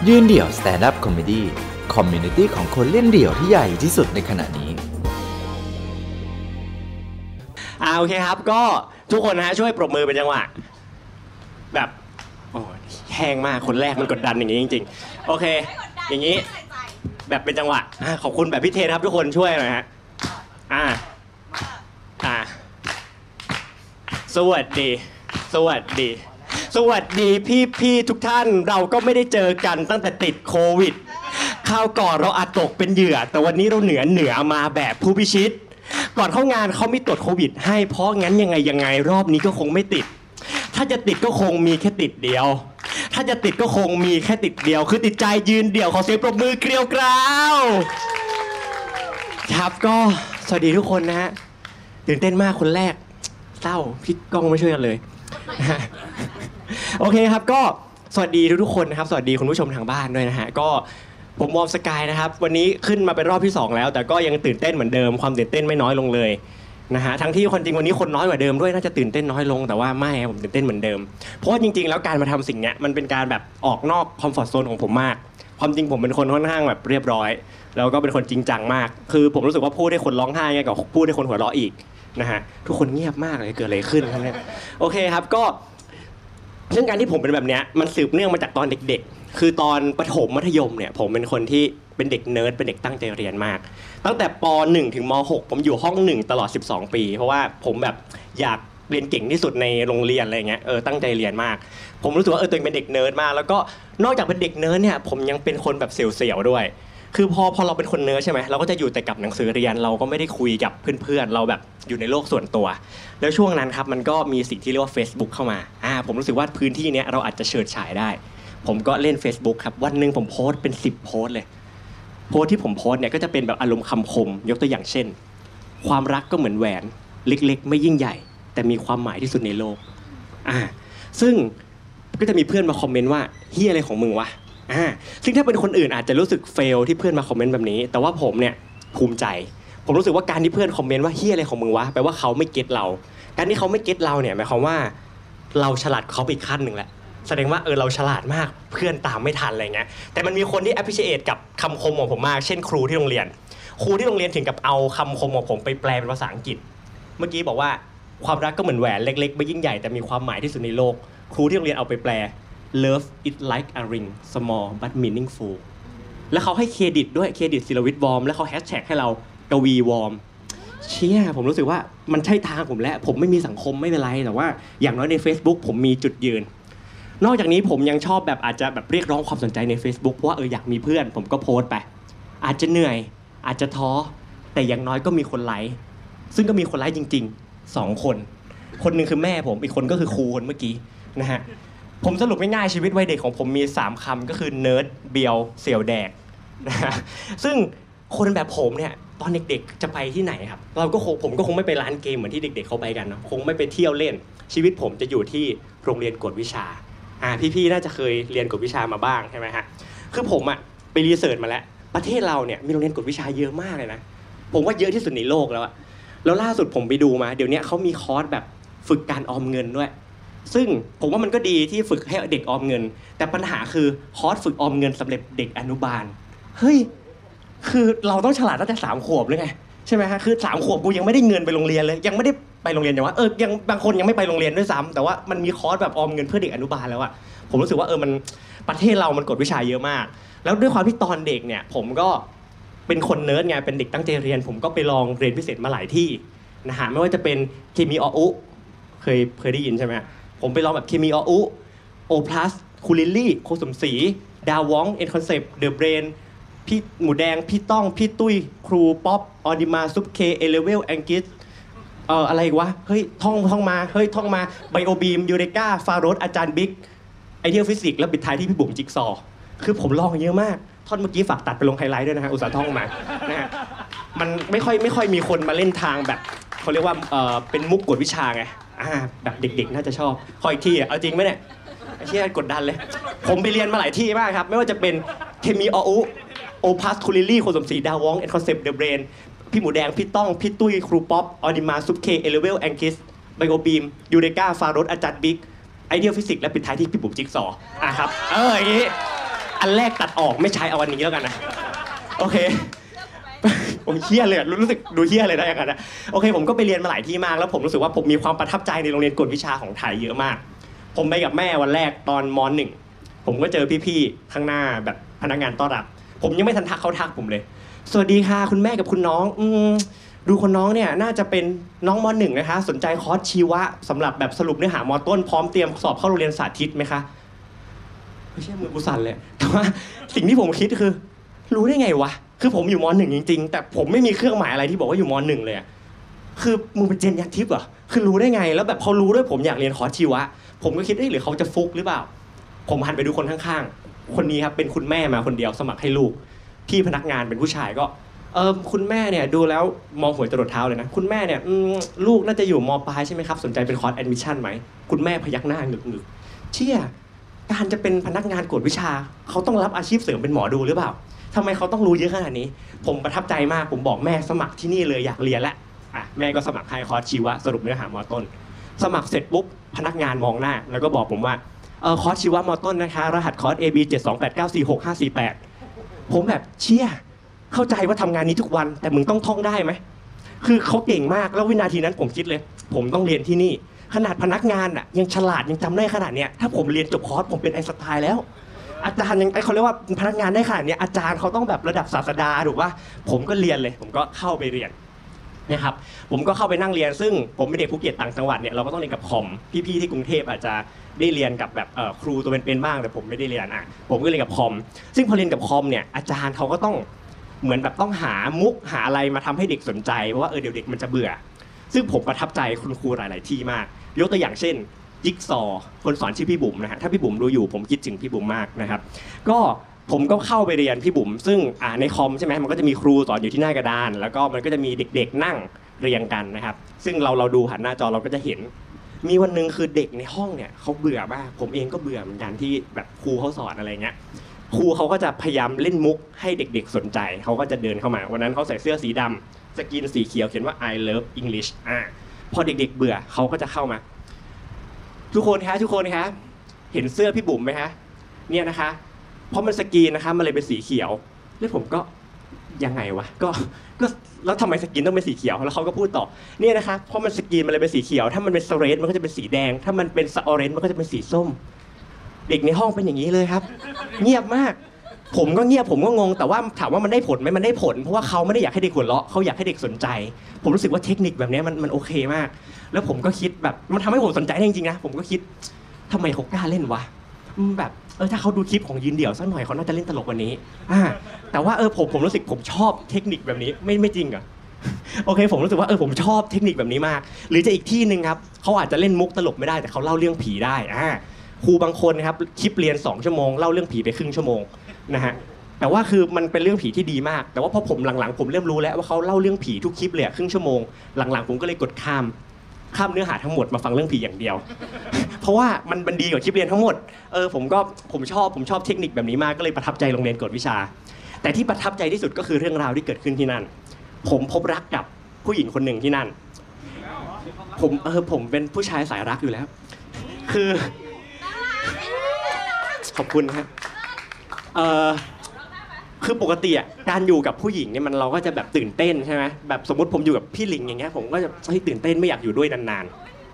ยืนเดี่ยวสแตนด์อัพคอมเมดี้คอมมูนิตี้ของคนเล่นเดี่ยวที่ใหญ่ที่สุดในขณะนี้โอเคครับก็ทุกคนนะฮะช่วยปรบมือเป็นจังหวะแบบโอ้แห้งมากคนแรกมันกดดันอย่างนี้จริงๆโอเคอย่างนี้แบบเป็นจังหวะขอบคุณแบบพี่เทนครับทุกคนช่วยหน่อยฮะสวัสดีพี่ทุกท่านเราก็ไม่ได้เจอกันตั้งแต่ติดโควิดคราวก่อนเราอาจตกเป็นเหยื่อแต่วันนี้เราเหนือมาแบบผู้พิชิตก่อนเข้างานเขามีตรวจโควิดให้เพราะงั้นยังไงรอบนี้ก็คงไม่ติดถ้าจะติดก็คงมีแค่ติดเดียวคือติดใจยืนเดี่ยวขอเสียงปรบมือเกลียวกราวครับก็สวัสดีทุกคนนะฮะตื่นเต้นมากคนแรกเศร้าพี่ก้องไม่ช่วยกันเลยโอเคครับก็สวัสดีทุกคนนะครับสวัสดีคุณผู้ชมทางบ้านด้วยนะฮะก็ผมวอร์มสกายนะครับวันนี้ขึ้นมาเป็นรอบที่2แล้วแต่ก็ยังตื่นเต้นเหมือนเดิมความตื่นเต้นไม่น้อยลงเลยนะฮะทั้งที่คนจริงวันนี้คนน้อยกว่าเดิมด้วยน่าจะตื่นเต้นน้อยลงแต่ว่าไม่ผมตื่นเต้นเหมือนเดิมเพราะว่าจริงๆแล้วการมาทำสิ่งนี้มันเป็นการแบบออกนอกคอมฟอร์ตโซนของผมมากความจริงผมเป็นคนค่อนข้างแบบเรียบร้อยแล้วก็เป็นคนจริงจังมากคือผมรู้สึกว่าพูดให้คนร้องไห้ง่ายกว่าพูดให้คนหัวเราะอีกนะฮะทุกคนเงียบมากเลยเกิดอะไรขึ้นครับเนี่ยโอเคครับก็ซึ่งการที่ผมเป็นแบบนี้มันสืบเนื่องมาจากตอนเด็กๆคือตอนประถมมัธยมเนี่ยผมเป็นคนที่เป็นเด็กเนิร์ดเป็นเด็กตั้งใจเรียนมากตั้งแต่ป .1 ถึงม .6 ผมอยู่ห้อง1ตลอด12ปีเพราะว่าผมแบบอยากเรียนเก่งที่สุดในโรงเรียนอะไรเงี้ยตั้งใจเรียนมากผมรู้สึกว่าตัวเองเป็นเด็กเนิร์ดมากแล้วก็นอกจากเป็นเด็กเนิร์ดเนี่ยผมยังเป็นคนแบบเสี่ยวๆด้วยคือพอเราเป็นคนเนิร์ดใช่ไหมเราก็จะอยู่แต่กับหนังสือเรียนเราก็ไม่ได้คุยกับเพื่อนๆเราแบบอยู่ในโลกส่วนตัวแล้วช่วงนั้นครับมันก็มีสิ่งที่เรียกว่า Facebook เข้ามาผมรู้สึกว่าพื้นที่นี้เราอาจจะเฉิดฉายได้ผมก็เล่น Facebook ครับวันนึงผมโพสต์เป็น10โพสต์เลยโพสต์ที่ผมโพสต์เนี่ยก็จะเป็นแบบอารมณ์คำคมยกตัวอย่างเช่นความรักก็เหมือนแหวนเล็กๆไม่ยิ่งใหญ่แต่มีความหมายที่สุดในโลกซึ่งก็จะมีเพื่อนมาคอมเมนต์ว่าเฮียอะไรของมึงวะซึ่งถ้าเป็นคนอื่นอาจจะรู้สึกเฟลที่เพื่อนมาคอมเมนต์แบบนี้แต่ว่าผมเนี่ยภูมิใจผมรู้สึกว่าการที่เพื่อนคอมเมนต์ว่าเฮียอะไรของมึงวะแปลว่าเขาไม่เก็ตเราการที่เขาไม่เก็ตเราเนี่ยหมายความว่าเราฉลาดเขาไปอีกขั้นหนึ่งแหละแสดงว่าเราฉลาดมากเพื่อนตามไม่ทันอะไรเงี้ยแต่มันมีคนที่ appreciate กับคำคมของผมมากเช่นครูที่โรงเรียนถึงกับเอาคำคมของผมไปแปลเป็นภาษาอังกฤษเมื่อกี้บอกว่าความรักก็เหมือนแหวนเล็กๆไม่ยิ่งใหญ่แต่มีความหมายที่สุดในโลกครูที่โรงเรียนเอาไปแปล Love is like a ring small but meaningful แล้วเขาให้เครดิตด้วยเครดิตศิลวิทย์วอร์มแล้วเขาแฮชแท็กให้เรากวีวอร์มเชี่ยผมรู้สึกว่ามันใช่ทางผมแล้วผมไม่มีสังคมไม่เป็นไรแต่ว่าอย่างน้อยใน Facebook ผมมีจุดยืนนอกจากนี้ผมยังชอบแบบอาจจะแบบเรียกร้องความสนใจใน Facebook เพราะว่าอยากมีเพื่อนผมก็โพสต์ไปอาจจะเหนื่อยอาจจะท้อแต่อย่างน้อยก็มีคนไลค์ซึ่งก็มีคนไลค์จริงๆ2คนนึงคือแม่ผมอีกคนก็คือครูคนเมื่อกี้นะฮะผมสรุปง่ายๆชีวิตวัยเด็กของผมมี3คำก็คือเนิร์ดเบียวเสี่ยวแดกนะฮะซึ่งคนแบบผมเนี่ยตอนเด็กๆจะไปที่ไหนครับผมก็คงไม่ไปร้านเกมเหมือนที่เด็กๆเขาไปกันนะคงไม่ไปเที่ยวเล่นชีวิตผมจะอยู่ที่โรงเรียนกวดวิชาพี่ๆน่าจะเคยเรียนกวดวิชามาบ้างใช่ไหมฮะคือผมไปรีเสิร์ชมาแล้วประเทศเราเนี่ยมีโรงเรียนกวดวิชาเยอะมากเลยนะผมว่าเยอะที่สุดในโลกแล้วแล้วล่าสุดผมไปดูมาเดี๋ยวนี้เขามีคอร์สแบบฝึกการออมเงินด้วยซึ่งผมว่ามันก็ดีที่ฝึกให้เด็กออมเงินแต่ปัญหาคือคอร์สฝึกออมเงินสำหรับเด็กอนุบาลเฮ้ยคือเราต้องฉลาดตั้งแต่3 ขวบเลยไงใช่ไหมฮะคือ3 ขวบกูยังไม่ได้เงินไปโรงเรียนเลยยังไม่ได้ไปโรงเรียนอย่างว่ายังบางคนยังไม่ไปโรงเรียนด้วยซ้ำแต่ว่ามันมีคอร์สแบบออมเงินเพื่อเด็กอนุบาลแล้วผมรู้สึกว่ามันประเทศเรามันกฎวิชาเยอะมากแล้วด้วยความที่ตอนเด็กเนี่ยผมก็เป็นคนเนิร์ดไงเป็นเด็กตั้งใจเรียนผมก็ไปลองเรียนพิเศษมาหลายที่นะฮะไม่ว่าจะเป็นเคมีออุเคยได้ยินใช่ไหมผมไปลองแบบเคมีออุโอพลัสคูลิลลี่โคสมศรีดาวองเอ็นคอนเซปต์เดอะเบรนพี่หมูแดงพี่ต้องพี่ตุ้ยครูป๊อปออดิมาซุปเคเอเลเวลแองกิสอะไรวะเฮ้ยท่องมาไบโอบีมยูเรกาฟาโรสอาจารย์บิ๊กไอเดียฟิสิกส์แล้วปิดท้ายที่พี่บุ๋มจิ๊กซอคือผมลองเยอะมากท่อนเมื่อกี้ฝากตัดไปลงไฮไลท์ด้วยนะฮะอุตส่าห์ท่องมานะฮะมันไม่ค่อยมีคนมาเล่นทางแบบเขาเรียกว่าเป็นมุกกวดวิชาไงแบบเด็กๆน่าจะชอบขออีกทีเอาจริงไหมเนี่ยไอ้เชี่ยกดดันเลยผมไปเรียนมาหลายที่มากครับไม่ว่าจะเป็นเคมีออุโอพัสคูลิลลี่โคสมศรีดาวองเอ็นคอนเซปต์เดอะเบรนพี่หมูแดงพี่ต้องพี่ตุ้ยครูป๊อปออดิมาซุปเคเอเลเวลแองกิสไบโอบีมยูเรกาฟาโรสอาจารย์บิ๊กไอเดียฟิสิกส์และปิดท้ายที่พี่บุ๋มจิ๊กซอครับอย่างนี้อันแรกตัดออกไม่ใช้เอาอันนี้แล้วกันนะโอเคผมเฮี้ยเลยรู้สึกดูเฮี้ยเลยได้ยังไงนะโอเคผมก็ไปเรียนมาหลายที่มากแล้วผมรู้สึกว่าผมมีความประทับใจในโรงเรียนกวดวิชาของไทยเยอะมากผมไปกับแม่วันแรกตอนม.1 ผมก็เจอพี่ๆข้างหน้าแบบพนักงานต้อนรับผมยังไม่ทันทักเขาทักผมเลยสวัสดีค่ะคุณแม่กับคุณน้องดูคนน้องเนี่ยน่าจะเป็นน้องม.1 นะคะสนใจคอร์สชีวะสำหรับแบบสรุปเนื้อหาม.ต้นพร้อมเตรียมสอบเข้าโรงเรียนสาธิตไหมคะไม่ใช่มือกูสั่นเลยแต่ว่าสิ่งที่ผมคิดคือรู้ได้ไงวะคือผมอยู่ม.1 จริงๆแต่ผมไม่มีเครื่องหมายอะไรที่บอกว่าอยู่ม.1 เลยคือมึงเป็นเจนยันทิพย์เหรอคือรู้ได้ไงแล้วแบบเขารู้ด้วยผมอยากเรียนคอร์สชีวะผมก็คิดหรือเขาจะฟุกหรือเปล่าผมหันไปดูคนข้างๆคนนี้ครับเป็นคุณแม่มาคนเดียวสมัครให้ลูกพี่พนักงานเป็นผู้ชายก็คุณแม่เนี่ยดูแล้วมองหัวจรดเท้าเลยนะคุณแม่เนี่ยลูกน่าจะอยู่ม.ปลายใช่ไหมครับสนใจเป็นคอร์สแอดมิชชั่นไหมคุณแม่พยักหน้าหงึกๆเชี่ยการจะเป็นพนักงานกวดวิชาเขาต้องรับอาชีพเสริมเป็นหมอดูหรือเปล่าทำไมเขาต้องรู้เยอะขนาดนี้ผมประทับใจมากผมบอกแม่สมัครที่นี่เลยอยากเรียนแล้วแม่ก็สมัครให้คอร์สชีวะสรุปเนื้อหาม.ต้นสมัครเสร็จปุ๊บพนักงานมองหน้าแล้วก็บอกผมว่าคอร์สชีวะม.ต้นนะคะรหัสคอร์ส AB 728946548ผมแบบเชี่ยเข้าใจว่าทำงานนี้ทุกวันแต่มึงต้องท่องได้ไหมคือเขาเก่งมากแล้ววินาทีนั้นผมคิดเลยผมต้องเรียนที่นี่ขนาดพนักงานยังฉลาดยังจำได้ขนาดเนี้ยถ้าผมเรียนจบคอร์สผมเป็นไอน์สไตล์แล้วอาจารย์ยังเขาเรียกว่าพนักงานได้ขนาดนี้อาจารย์เขาต้องแบบระดับศาสดาถูกป่ะผมก็เรียนเลยผมก็เข้าไปเรียนนะครับผมก็เข้าไปนั่งเรียนซึ่งผมเป็นเด็กภูเก็ตต่างจังหวัดเนี่ยเราก็ต้องเรียนกับคอมพี่ๆที่กรุงเทพอาจจะได้เรียนกับแบบครูตัวเป็นๆบ้างแต่ผมไม่ได้เรียนผมก็เรียนกับคอมซึ่งพอเรียนกับคอมเนี่ยอาจารย์เขาก็ต้องเหมือนแบบต้องหามุกหาอะไรมาทำให้เด็กสนใจเพราะว่าเดี๋ยวเด็กมันจะเบื่อซึ่งผมประทับใจคุณครูหลายๆที่มากยกตัวอย่างเช่นจิ๊กซอคนสอนชื่อพี่บุ๋มนะฮะถ้าพี่บุ๋มดูอยู่ผมคิดถึงพี่บุ๋มมากนะครับก็ผมก็เข้าไปเรียนพี่บุ๋มซึ่งในคอมใช่ไหมมันก็จะมีครูสอนอยู่ที่หน้ากระดานแล้วก็มันก็จะมีเด็กๆนั่งเรียงกันนะครับซึ่งเราดูผ่านหน้าจอเราก็จะเห็นมีวันนึงคือเด็กในห้องเนี่ยเขาเบื่อมากผมเองก็เบื่อเหมือนกันที่แบบครูเขาสอนอะไรเงี้ยครูเขาก็จะพยายามเล่นมุกให้เด็กๆสนใจเขาก็จะเดินเข้ามาวันนั้นเขาใส่เสื้อสีดำสกรีนสีเขียวเขียนว่า I love English พอเด็กๆเบื่อเขาก็จะเข้ามาทุกคนคะเห็นเสื้อพี่บุ๋มไหมคะเนี่ยนะคะเพราะมันสกรีนนะคะมันเลยเป็นสีเขียวแล้วผมก็ยังไงวะก็แล้วทำไมสกรีนต้องเป็นสีเขียวแล้วเขาก็พูดต่อเนี่ยนะคะเพราะมันสกรีนมันเลยเป็นสีเขียวถ้ามันเป็นสเรดมันก็จะเป็นสีแดงถ้ามันเป็นสออเรนจ์มันก็จะเป็นสีส้มเด็กในห้องเป็นอย่างนี้เลยครับเงียบมากผมก็เงียบผมก็งงแต่ว่าถามว่ามันได้ผลไหมมันได้ผลเพราะว่าเขาไม่ได้อยากให้เด็กหัวเราะเขาอยากให้เด็กสนใจผมรู้สึกว่าเทคนิคแบบนี้มันโอเคมากแล้วผมก็คิดแบบมันทำให้ผมสนใจจริงๆนะผมก็คิดทำไมเขากล้าเล่นวะแบบถ้าเขาดูคลิปของยืนเดี่ยวสักหน่อยเขาน่าจะเล่นตลกกว่านี้แต่ว่าผมรู้สึกผมชอบเทคนิคแบบนี้ไม่จริงเหรอโอเคผมรู้สึกว่าผมชอบเทคนิคแบบนี้มากหรือจะอีกที่นึงครับเขาอาจจะเล่นมุกตลกไม่ได้แต่เขาเล่าเรื่องผีได้ครูบางคนนะครับคลิปเรียน2 ชั่วโมงเล่าเรื่องผีไปครึ่งชั่วโมงนะฮะแต่ว่าคือมันเป็นเรื่องผีที่ดีมากแต่ว่าพอผมหลังๆผมเริ่มรู้แล้วว่าเขาเล่าเรื่องผีทุกคลิปเลยครึ่งชั่วโมงหลังๆผมก็เลยกดข้ามเนื้อหาทั้งหมดมาฟังเรื่องผีอย่างเดียวเพราะว่ามันดีกว่าคลิปเรียนทั้งหมดผมชอบเทคนิคแบบนี้มากก็เลยประทับใจโรงเรียนกวดวิชาแต่ที่ประทับใจที่สุดก็คือเรื่องราวที่เกิดขึ้นที่นั่นผมพบรักกับผู้หญิงคนหนึ่งที่นั่นผมเป็นผู้ชายสายรักอยู่แล้วคือขอบคุณครับคือปกติการอยู่กับผู้หญิงเนี่ยเราก็จะแบบตื่นเต้นใช่ไหมแบบสมมติผมอยู่กับพี่หลิงอย่างเงี้ยผมก็จะตื่นเต้นไม่อยากอยู่ด้วยนาน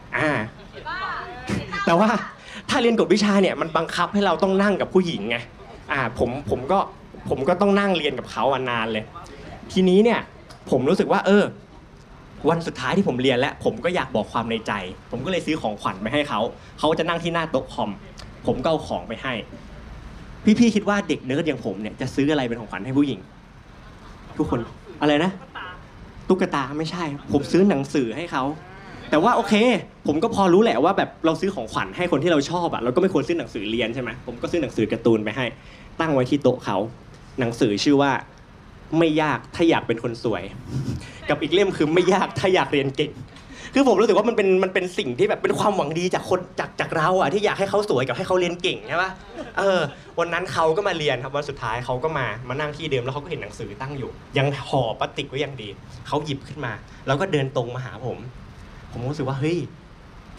ๆแต่ว่าถ้าเรียนกฎวิชาเนี่ยมันบังคับให้เราต้องนั่งกับผู้หญิงไงผมก็ต้องนั่งเรียนกับเขานานเลยทีนี้เนี่ยผมรู้สึกว่าวันสุดท้ายที่ผมเรียนแล้วผมก็อยากบอกความในใจผมก็เลยซื้อของขวัญไปให้เขาจะนั่งที่หน้าโต๊ะคอมผมก็เอาของไปให้พี่ๆคิดว่าเด็กเนิร์ดอย่างผมเนี่ยจะซื้ออะไรเป็นของขวัญให้ผู้หญิงทุกคนอะไรนะตุ๊กตาไม่ใช่ผมซื้อหนังสือให้เขาแต่ว่าโอเคผมก็พอรู้แหละว่าแบบเราซื้อของขวัญให้คนที่เราชอบเราก็ไม่ควรซื้อหนังสือเรียนใช่ไหมผมก็ซื้อหนังสือการ์ตูนไปให้ตั้งไว้ที่โต๊ะเขาหนังสือชื่อว่าไม่ยากถ้าอยากเป็นคนสวยกับอีกเล่มคือไม่ยากถ้าอยากเรียนเก่งคือผมรู้สึกว่ามันเป็นสิ่งที่แบบเป็นความหวังดีจากคนจากเราที่อยากให้เขาสวยกับให้เขาเรียนเก่งใช่ปะวันนั้นเขาก็มาเรียนครับวันสุดท้ายเขาก็มานั่งที่เดิมแล้วเขาก็เห็นหนังสือตั้งอยู่ยังห่อพลาสติกไว้อย่างดีเขาหยิบขึ้นมาแล้วก็เดินตรงมาหาผมรู้สึกว่าเฮ้ย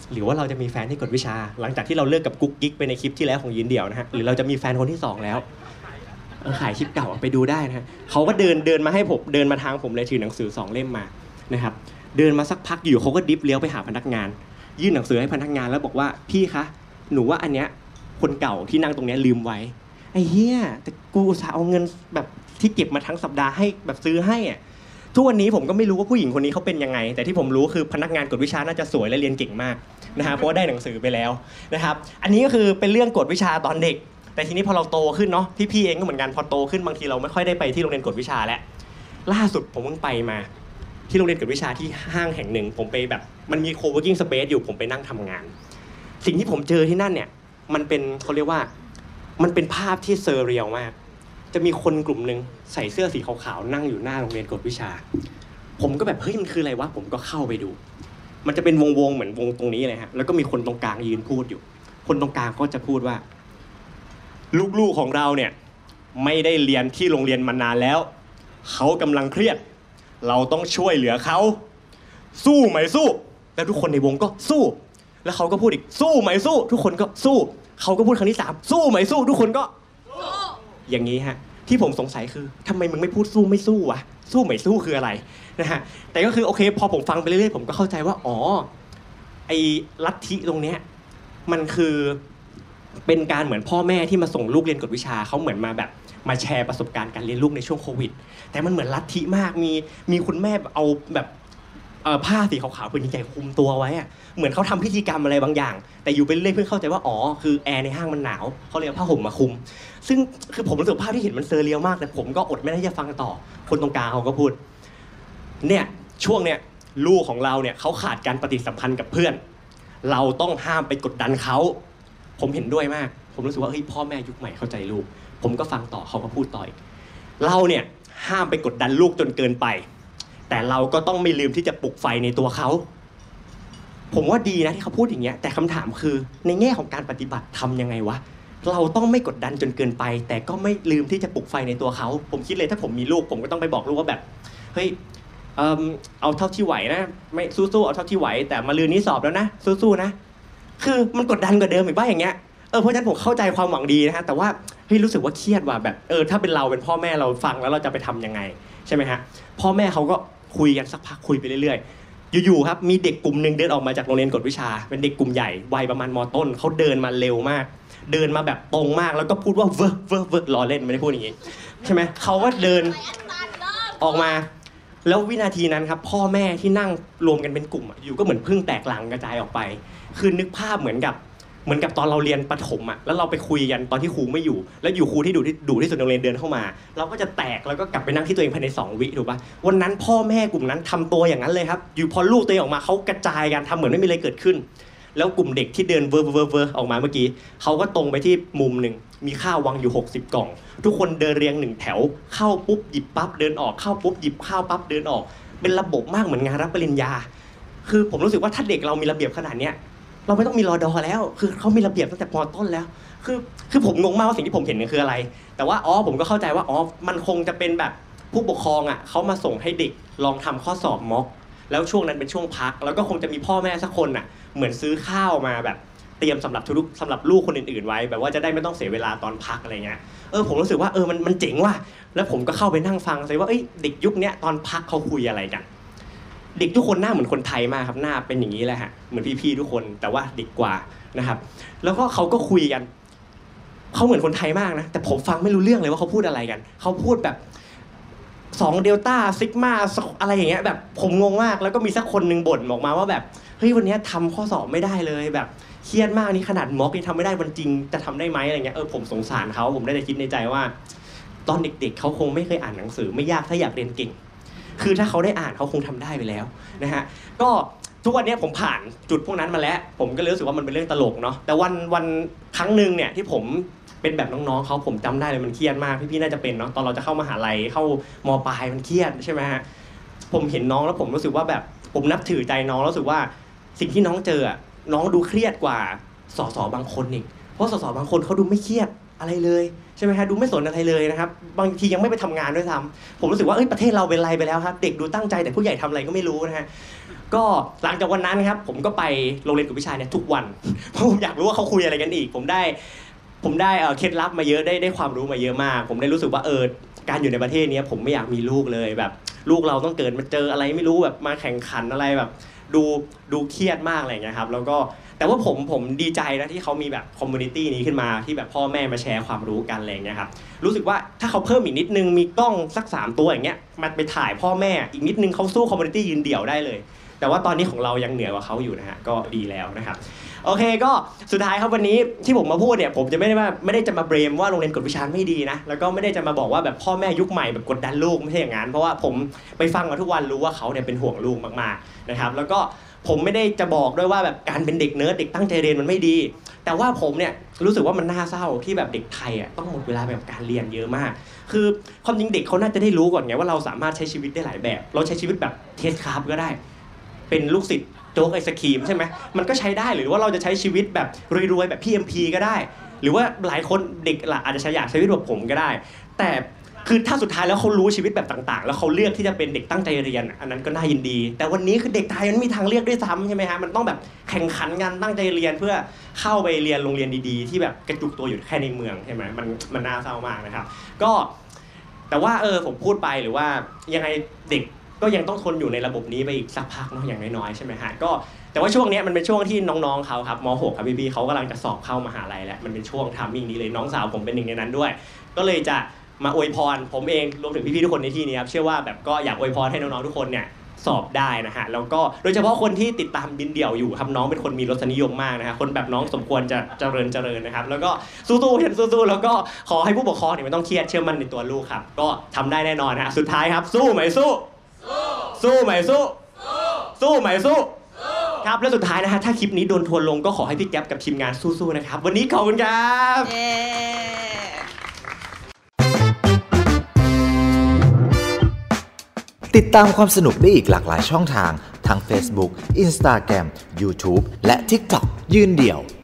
หรือว่าเราจะมีแฟนที่กฎวิชาหลังจากที่เราเลิกกับกุ๊กกิ๊กไปในคลิปที่แล้วของยินเดี่ยวนะฮะหรือเราจะมีแฟนคนที่2แล้วขายคลิปเก่าไปดูได้นะฮะเขาก็เดินมาให้ผมเดินมาทางผมเลยถือหนังสือ2เล่มมานะครับเดินมาสักพักอยู่เขาก็ดิฟเลี้ยวไปหาพนักงานยื่นหนังสือให้พนักงานแล้วบอกว่าพี่คะหนูว่าอันเนี้ยคนเก่าที่นั่งตรงนี้ลืมไว้ไอ้เหี้ยแต่กูอุตส่าห์เอาเงินแบบที่เก็บมาทั้งสัปดาห์ให้แบบซื้อให้อ่ะทุกวันนี้ผมก็ไม่รู้ว่าผู้หญิงคนนี้เขาเป็นยังไงแต่ที่ผมรู้คือพนักงานกฎวิชาน่าจะสวยและเรียนเก่งมากนะฮะเพราะว่าได้หนังสือไปแล้วนะครับอันนี้ก็คือเป็นเรื่องกฎวิชาตอนเด็กแต่ทีนี้พอเราโตขึ้นเนาะพี่เองก็เหมือนกันพอโตขึ้นบางทีเราไม่ค่อยได้ไปที่โรงเรียนกฎวิชาแล้วล่าสุดผมเพิ่งไปมาที่โรงเรียนกฎวิชาที่ห้างแห่งหนึ่งผมไปแบบมันมี co-working space อยู่ผมไปนั่งทำงานสิ่งที่ผมเจอที่นั่นเนี่ยมันเป็นเขาเรียกว่ามันเป็นภาพที่เซอร์เรียลมากจะมีคนกลุ่มนึงใส่เสื้อสีขาวๆนั่งอยู่หน้าโรงเรียนกฎวิชาผมก็แบบเฮ้ยมันคืออะไรวะผมก็เข้าไปดูมันจะเป็นวงเหมือนวงตรงนี้เลยฮะแล้วก็มีคนตรงกลางยืนพูดอยู่คนตรงกลางก็จะพูดว่าลูกๆของเราเนี่ยไม่ได้เรียนที่โรงเรียนมานานแล้วเขากำลังเครียดเราต้องช่วยเหลือเขาสู้ไหมสู้แล้วทุกคนในวงก็สู้แล้วเขาก็พูดอีกสู้ไหมสู้ทุกคนก็สู้เขาก็พูดครั้งที่3สู้ไหมสู้ทุกคนก็อย่างนี้ฮะที่ผมสงสัยคือทำไมมึงไม่พูดสู้ไม่สู้วะสู้ไหมสู้คืออะไรนะฮะแต่ก็คือโอเคพอผมฟังไปเรื่อยๆผมก็เข้าใจว่าอ๋อไอ้ลัทธิตรงเนี้ยมันคือเป็นการเหมือนพ่อแม่ที่มาส่งลูกเรียนกฎวิชาเขาเหมือนมาแบบมาแชร์ประสบการณ์การเรียนลูกในช่วงโควิดแต่มันเหมือนลัทธิมากมีคุณแม่เอาแบบผ้าสีขาวๆผืนใหญ่ๆคลุมตัวไว้อะเหมือนเขาทำพิธีกรรมอะไรบางอย่างแต่อยู่ไปเรื่อยเพิ่งเข้าใจว่าอ๋อคือแอร์ในห้างมันหนาวเขาเลยเอาผ้าห่มมาคลุมซึ่งคือผมรู้สึกภาพที่เห็นมันเซอร์เรียลมากแต่ผมก็อดไม่ได้จะฟังต่อคนตรงกลางเขาก็พูดเนี่ยช่วงเนี้ยลูกของเราเนี่ยเขาขาดการปฏิสัมพันธ์กับเพื่อนเราต้องห้ามไปกดดันเขาผมเห็นด้วยมากผมรู้สึกว่าเฮ้ยพ่อแม่ยุคใหม่เข้าใจลูกผมก็ฟังต่อเขาก็พูดต่ออีกเราเนี่ยห้ามไปกดดันลูกจนเกินไปแต่เราก็ต้องไม่ลืมที่จะปลุกไฟในตัวเขาผมว่าดีนะที่เขาพูดอย่างเงี้ยแต่คำถามคือในแง่ของการปฏิบัติทำยังไงวะเราต้องไม่กดดันจนเกินไปแต่ก็ไม่ลืมที่จะปลุกไฟในตัวเขาผมคิดเลยถ้าผมมีลูกผมก็ต้องไปบอกลูกว่าแบบเฮ้ยเอาเท่าที่ไหวนะไม่สู้ๆเอาเท่าที่ไหวแต่มะรืนนี้สอบแล้วนะสู้ๆนะคือมันกดดันกว่าเดิมอีกบ้างอย่างเงี้ยเพราะฉะนั้นผมเข้าใจความหวังดีนะฮะแต่ว่าเฮ้ยรู้สึกว่าเครียดว่ะแบบถ้าเป็นเราเป็นพ่อแม่เราฟังแล้วเราจะไปทำยังไงใช่ไหมฮะพ่อแม่เขาก็คุยกันสักพักคุยไปเรื่อยๆอยู่ๆครับมีเด็กกลุ่มนึงเดินออกมาจากโรงเรียนกฎวิชาเป็นเด็กกลุ่มใหญ่วัยประมาณม.ต้นเขาเดินมาเร็วมากเดินมาแบบตรงมากแล้วก็พูดว่าเวอรอเล่นไม่ได้พูดอย่างงี้ใช่ไหมเขาก็เดินออกมาแล้ววินาทีนั้นครับพ่อแม่ที่นั่งรวมกันเป็นกลุ่มอยู่ก็เหมือนพึ่งแตกหลังกระจายออกไปคือนึกภาพเหมือนกับตอนเราเรียนประถมแล้วเราไปคุยกันตอนที่ครูไม่อยู่แล้วอยู่ครูที่ดุที่สุดในโรงเรียนเดินเข้ามาเราก็จะแตกแล้วก็กลับไปนั่งที่ตัวเองภายใน2 วิถูกป่ะวันนั้นพ่อแม่กลุ่มนั้นทำตัวอย่างนั้นเลยครับอยู่พอลูกตัวเองออกมาเขากระจายกันทำเหมือนไม่มีอะไรเกิดขึ้นแล้วกลุ่มเด็กที่เดินเวอร์ออกมาเมื่อกี้เขาก็ตรงไปที่มุมหนึ่งมีข้าววางอยู่60 กล่องทุกคนเดินเรียง1 แถวเข้าปุ๊บหยิบปั๊บเดินออกเข้าปุ๊บหยิบข้าวปั๊บเดินออกเป็นระบบมากเหมือนงานรับปริญญาคือผมรู้สึกว่าถ้าเด็กเรามีระเบียบขนาดเนี้ยเราไม่ต้องมีรอดอแล้วคือเขามีระเบียบตั้งแต่ม.ต้นแล้วคือผมงงมากว่าสิ่งที่ผมเห็นคืออะไรแต่ว่าผมก็เข้าใจว่ามันคงจะเป็นแบบผู้ปกครองเขามาส่งให้เด็กลองทำข้อสอบม็อกแล้วช่วงนั้นเป็นช่วงพักแล้วก็คงจะมีพ่อแม่สักคนเหมือนซื้อข้าวมาแบบเตรียมสำหรับลูกคนอื่นๆไว้แบบว่าจะได้ไม่ต้องเสียเวลาตอนพักอะไรเงี้ยผมรู้สึกว่ามันเจ๋งว่ะแล้วผมก็เข้าไปนั่งฟังเลยว่าเด็กยุคนี้ตอนพักเขาคุยอะไรกันเด็กทุกคนหน้าเหมือนคนไทยมากครับหน้าเป็นอย่างนี้แหละฮะเหมือนพี่ๆทุกคนแต่ว่าเด็กกว่านะครับแล้วก็เขาก็คุยกันเขาเหมือนคนไทยมากนะแต่ผมฟังไม่รู้เรื่องเลยว่าเขาพูดอะไรกันเขาพูดแบบ2 เดลต้าซิกมาอะไรอย่างเงี้ยแบบผมงงมากแล้วก็มีสักคนนึงบ่นออกมาว่าแบบเฮ้ยวันนี้ทำข้อสอบไม่ได้เลยแบบเครียดมากนี่ขนาดม็อกยังทำไม่ได้วันจริงจะทำได้ไหมอะไรเงี้ยผมสงสารเขาผมได้แต่คิดในใจว่าตอนเด็กๆเขาคงไม่เคยอ่านหนังสือไม่ยากถ้าอยากเรียนเก่งคือถ้าเขาได้อ่านเขาคงทำได้ไปแล้วนะฮะก็ทุกวันนี้ผมผ่านจุดพวกนั้นมาแล้วผมก็รู้สึกว่ามันเป็นเรื่องตลกเนาะแต่วันครั้งหนึ่งเนี่ยที่ผมเป็นแบบน้องๆเขาผมจำได้เลยมันเครียดมากพี่ๆน่าจะเป็นเนาะตอนเราจะเข้ามหาลัยเข้ามปลายมันเครียดใช่ไหมฮะผมเห็นน้องแล้วผมรู้สึกว่าแบบผมนับถือใจน้องรู้สึกว่าสิ่งที่น้องเจอน้องดูเครียดกว่าสสบางคนอีกเพราะสสบางคนเขาดูไม่เครียดอะไรเลยใช่ไหมฮะดูไม่สนอะไรเลยนะครับบางทียังไม่ไปทำงานด้วยซ้ำผมรู้สึกว่าประเทศเราเป็นไรไปแล้วครับเด็กดูตั้งใจแต่ผู้ใหญ่ทำอะไรก็ไม่รู้นะฮะก็หลังจากวันนั้นครับผมก็ไปโรงเรียนกวดวิชาเนี่ยทุกวันเพราะผมอยากรู้ว่าเขาคุยอะไรกันอีกผมได้เคล็ดลับมาเยอะได้ความรู้มาเยอะมากผมได้รู้สึกว่าการอยู่ในประเทศนี้ผมไม่อยากมีลูกเลยแบบลูกเราต้องเกิดมาเจออะไรไม่รู้แบบมาแข่งขันอะไรแบบดูเครียดมากอะไรอย่างเงี้ยครับแล้วก็แต่ว่าผมดีใจนะที่เขามีแบบคอมมูนิตี้นี้ขึ้นมาที่แบบพ่อแม่มาแชร์ความรู้กันอะไรอย่างเงี้ยครับรู้สึกว่าถ้าเขาเพิ่มอีกนิดนึงมีกล้องสัก3ตัวอย่างเงี้ยมันไปถ่ายพ่อแม่อีกนิดนึงเขาสู้คอมมูนิตี้ยืนเดี่ยวได้เลยแต่ว่าตอนนี้ของเรายังเหนือกว่าเขาอยู่นะฮะก็ดีแล้วนะครับโอเคก็สุดท้ายครับวันนี้ที่ผมมาพูดเนี่ยผมจะไม่ได้จะมาเบรมว่าโรงเรียนกวดวิชาไม่ดีนะแล้วก็ไม่ได้จะมาบอกว่าแบบพ่อแม่ยุคใหม่แบบกดดันลูกไม่ใช่อย่างนั้นเพราะว่าผมไปฟังมาทุกวันรู้ว่าเขาเนี่ยเป็นห่วงลูกมากๆนะครับแล้วก็ผมไม่ได้จะบอกด้วยว่าแบบการเป็นเด็กเนิร์ดเด็กตั้งใจเรียนมันไม่ดีแต่ว่าผมเนี่ยรู้สึกว่ามันน่าเศร้าที่แบบเด็กไทยอ่ะต้องหมดเวลาไปกับการเรียนเยอะมากคือความจริงเด็กเขาน่าจะได้รู้ก่อนไงว่าเราสามารถใช้ชีวิตได้หลายแบบเราใช้ชีวิตแบบเทสคราฟก็ได้เป็นลูกศิษย์โจ๊กไอศครีมใช่ไหมมันก็ใช้ได้หรือว่าเราจะใช้ชีวิตแบบรวยๆแบบพี่ MP ก็ได้หรือว่าหลายคนเด็กอาจจะอยากใช้ชีวิตแบบผมก็ได้แต่คือถ้าสุดท้ายแล้วเขารู้ชีวิตแบบต่างๆแล้วเขาเลือกที่จะเป็นเด็กตั้งใจเรียนอันนั้นก็น่ายินดีแต่วันนี้คือเด็กไทยมันมีทางเลือกด้วยซ้ำใช่ไหมฮะมันต้องแบบแข่งขันกันตั้งใจเรียนเพื่อเข้าไปเรียนโรงเรียนดีๆที่แบบกระจุกตัวอยู่แค่ในเมืองใช่ไหมมันน่าเศร้ามากนะครับก็แต่ว่าผมพูดไปหรือว่ายังไงเด็กก็ยังต้องทนอยู่ในระบบนี้ไปอีกสักพักเนาะอย่างน้อยๆใช่ไหมฮะก็แต่ว่าช่วงนี้มันเป็นช่วงที่น้องๆเขาครับม.6 ครับพี่ๆเขากำลังจะสอบเข้ามหาลัยแล้วมันเป็นช่วงไทมิ่งนี้เลยน้องสาวผมเป็นหนึ่งในนั้นด้วยก็เลยจะมาอวยพรผมเองรวมถึงพี่ๆทุกคนในที่นี้ครับเชื่อว่าแบบก็อยากอวยพรให้น้องๆทุกคนเนี่ยสอบได้นะฮะแล้วก็โดยเฉพาะคนที่ติดตามบินเดี่ยวอยู่ครับน้องเป็นคนมีรสนิยมมากนะฮะคนแบบน้องสมควรจะเจริญนะครับแล้วก็สู้ๆเห็นสู้ๆแล้วก็ขอให้ผู้ปกครองเนี่ยไม่ต้องเครียดเชื่อมั่นในตัวลูกครับก็ทำได้แน่นอนฮะสุดท้ายครับสู้ไหมสู้สู้ไหมสู้สู้ไหมสู้ครับและสุดท้ายนะฮะถ้าคลิปนี้โดนทัวร์ลงก็ขอให้พี่แก๊ปกับทีมงานสู้ๆนะครับวันนี้ขอบคุณครับติดตามความสนุกได้อีกหลากหลายช่องทางทั้ง Facebook, Instagram, YouTube และ TikTok ยืนเดี่ยว